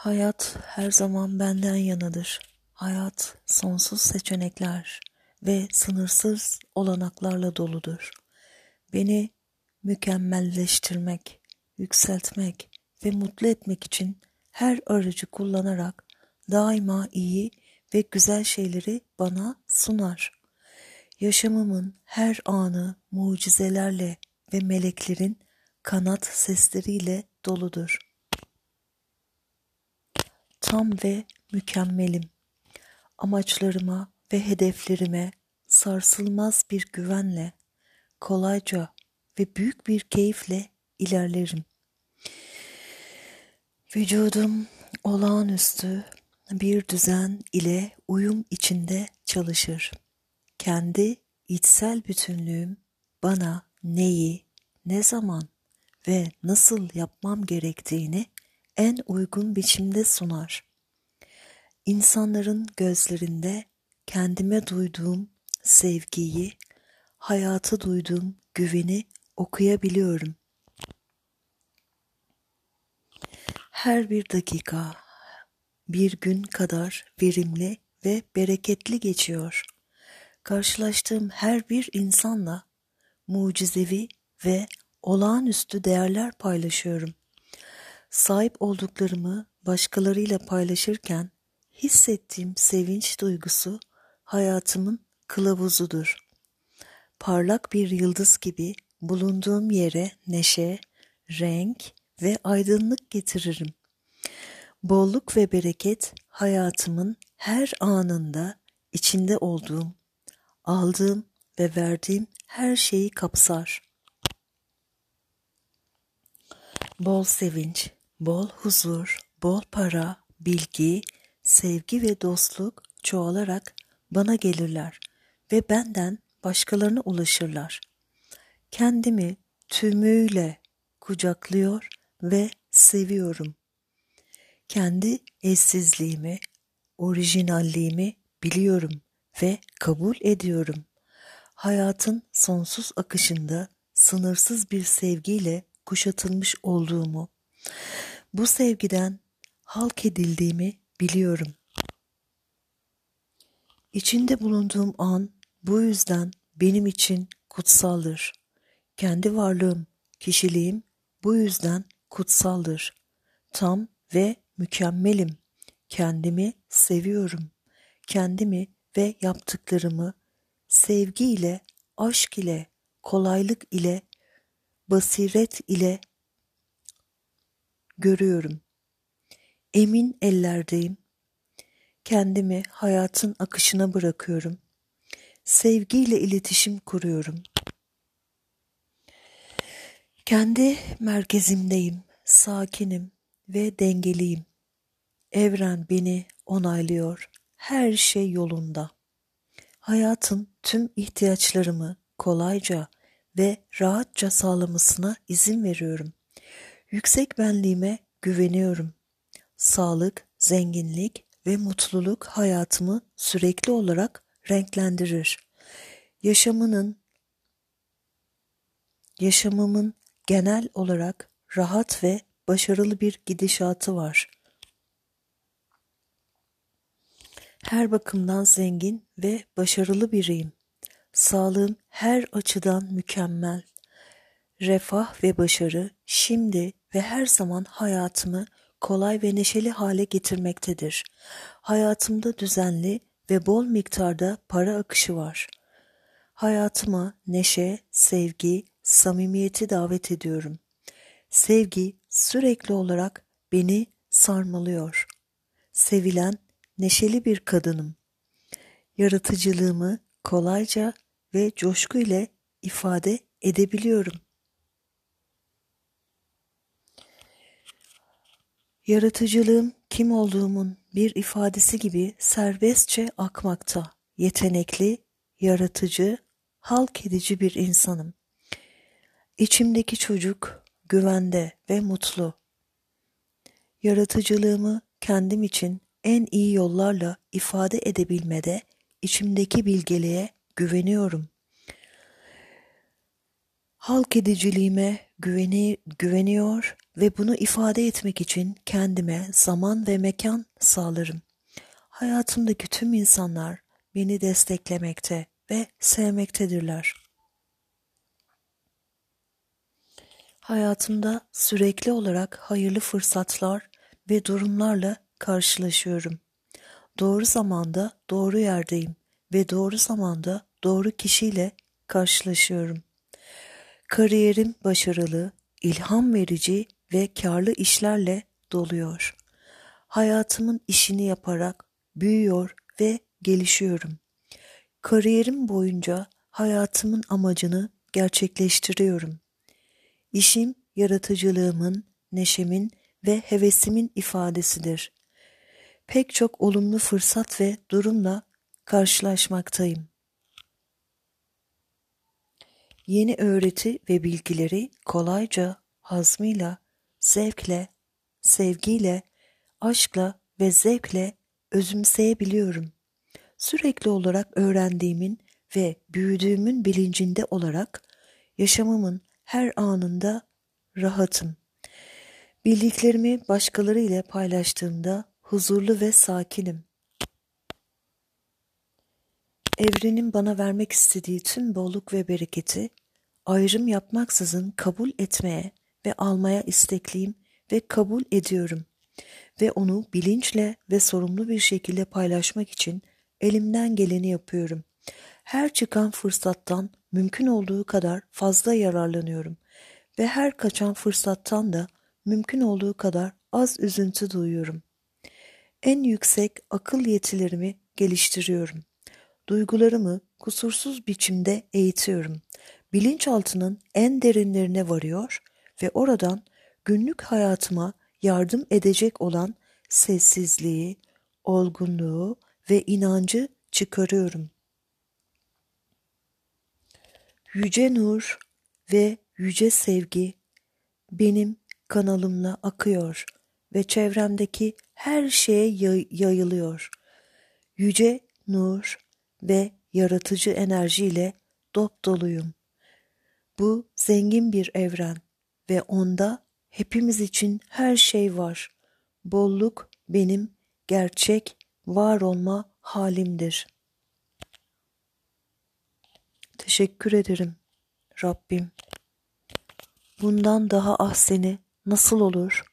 Hayat her zaman benden yanadır. Hayat sonsuz seçenekler ve sınırsız olanaklarla doludur. Beni mükemmelleştirmek, yükseltmek ve mutlu etmek için her aracı kullanarak daima iyi ve güzel şeyleri bana sunar. Yaşamımın her anı mucizelerle ve meleklerin kanat sesleriyle doludur. Tam ve mükemmelim. Amaçlarıma ve hedeflerime sarsılmaz bir güvenle, kolayca ve büyük bir keyifle ilerlerim. Vücudum olağanüstü bir düzen ile uyum içinde çalışır. Kendi içsel bütünlüğüm bana neyi, ne zaman ve nasıl yapmam gerektiğini en uygun biçimde sunar. İnsanların gözlerinde kendime duyduğum sevgiyi, hayata duyduğum güveni okuyabiliyorum. Her bir dakika bir gün kadar verimli ve bereketli geçiyor. Karşılaştığım her bir insanla mucizevi ve olağanüstü değerler paylaşıyorum. Sahip olduklarımı başkalarıyla paylaşırken hissettiğim sevinç duygusu hayatımın kılavuzudur. Parlak bir yıldız gibi bulunduğum yere neşe, renk ve aydınlık getiririm. Bolluk ve bereket hayatımın her anında içinde olduğum, aldığım ve verdiğim her şeyi kapsar. Bol sevinç, bol huzur, bol para, bilgi, sevgi ve dostluk çoğalarak bana gelirler ve benden başkalarına ulaşırlar. Kendimi tümüyle kucaklıyor ve seviyorum. Kendi eşsizliğimi, orijinalliğimi biliyorum ve kabul ediyorum. Hayatın sonsuz akışında sınırsız bir sevgiyle kuşatılmış olduğumu, bu sevgiden halk edildiğimi biliyorum. İçinde bulunduğum an bu yüzden benim için kutsaldır. Kendi varlığım, kişiliğim bu yüzden kutsaldır. Tam ve mükemmelim. Kendimi seviyorum. Kendimi ve yaptıklarımı sevgiyle, aşk ile, kolaylık ile, basiret ile görüyorum. Emin ellerdeyim. Kendimi hayatın akışına bırakıyorum. Sevgiyle iletişim kuruyorum. Kendi merkezimdeyim, sakinim ve dengeliyim. Evren beni onaylıyor. Her şey yolunda. Hayatın tüm ihtiyaçlarımı kolayca ve rahatça sağlamasına izin veriyorum. Yüksek benliğime güveniyorum. Sağlık, zenginlik ve mutluluk hayatımı sürekli olarak renklendirir. Yaşamımın genel olarak rahat ve başarılı bir gidişatı var. Her bakımdan zengin ve başarılı biriyim. Sağlığım her açıdan mükemmel. Refah ve başarı şimdi ve her zaman hayatımı kolay ve neşeli hale getirmektedir. Hayatımda düzenli ve bol miktarda para akışı var. Hayatıma neşe, sevgi, samimiyeti davet ediyorum. Sevgi sürekli olarak beni sarmalıyor. Sevilen, neşeli bir kadınım. Yaratıcılığımı kolayca ve coşku ile ifade edebiliyorum. Yaratıcılığım kim olduğumun bir ifadesi gibi serbestçe akmakta. Yetenekli, yaratıcı, halk edici bir insanım. İçimdeki çocuk güvende ve mutlu. Yaratıcılığımı kendim için en iyi yollarla ifade edebilmede içimdeki bilgeliğe güveniyorum. Halk ediciliğime güveniyor ve bunu ifade etmek için kendime zaman ve mekan sağlarım. Hayatımdaki tüm insanlar beni desteklemekte ve sevmektedirler. Hayatımda sürekli olarak hayırlı fırsatlar ve durumlarla karşılaşıyorum. Doğru zamanda doğru yerdeyim ve doğru zamanda doğru kişiyle karşılaşıyorum. Kariyerim başarılı, ilham verici ve karlı işlerle doluyor. Hayatımın işini yaparak büyüyor ve gelişiyorum. Kariyerim boyunca hayatımın amacını gerçekleştiriyorum. İşim yaratıcılığımın, neşemin ve hevesimin ifadesidir. Pek çok olumlu fırsat ve durumla karşılaşmaktayım. Yeni öğreti ve bilgileri kolayca, hazmıyla, zevkle, sevgiyle, aşkla ve zevkle özümseyebiliyorum. Sürekli olarak öğrendiğimin ve büyüdüğümün bilincinde olarak yaşamımın her anında rahatım. Bildiklerimi başkaları ile paylaştığımda huzurlu ve sakinim. Evrenin bana vermek istediği tüm bolluk ve bereketi ayrım yapmaksızın kabul etmeye ve almaya istekliyim ve kabul ediyorum ve onu bilinçle ve sorumlu bir şekilde paylaşmak için elimden geleni yapıyorum. Her çıkan fırsattan mümkün olduğu kadar fazla yararlanıyorum ve her kaçan fırsattan da mümkün olduğu kadar az üzüntü duyuyorum. En yüksek akıl yetilerimi geliştiriyorum. Duygularımı kusursuz biçimde eğitiyorum. Bilinçaltının en derinlerine varıyor ve oradan günlük hayatıma yardım edecek olan sessizliği, olgunluğu ve inancı çıkarıyorum. Yüce nur ve yüce sevgi benim kanalımla akıyor ve çevremdeki her şeye yayılıyor. Yüce nur ve yaratıcı enerjiyle dopdoluyum. Bu zengin bir evren ve onda hepimiz için her şey var. Bolluk benim gerçek var olma halimdir. Teşekkür ederim Rabbim. Bundan daha ahseni nasıl olur?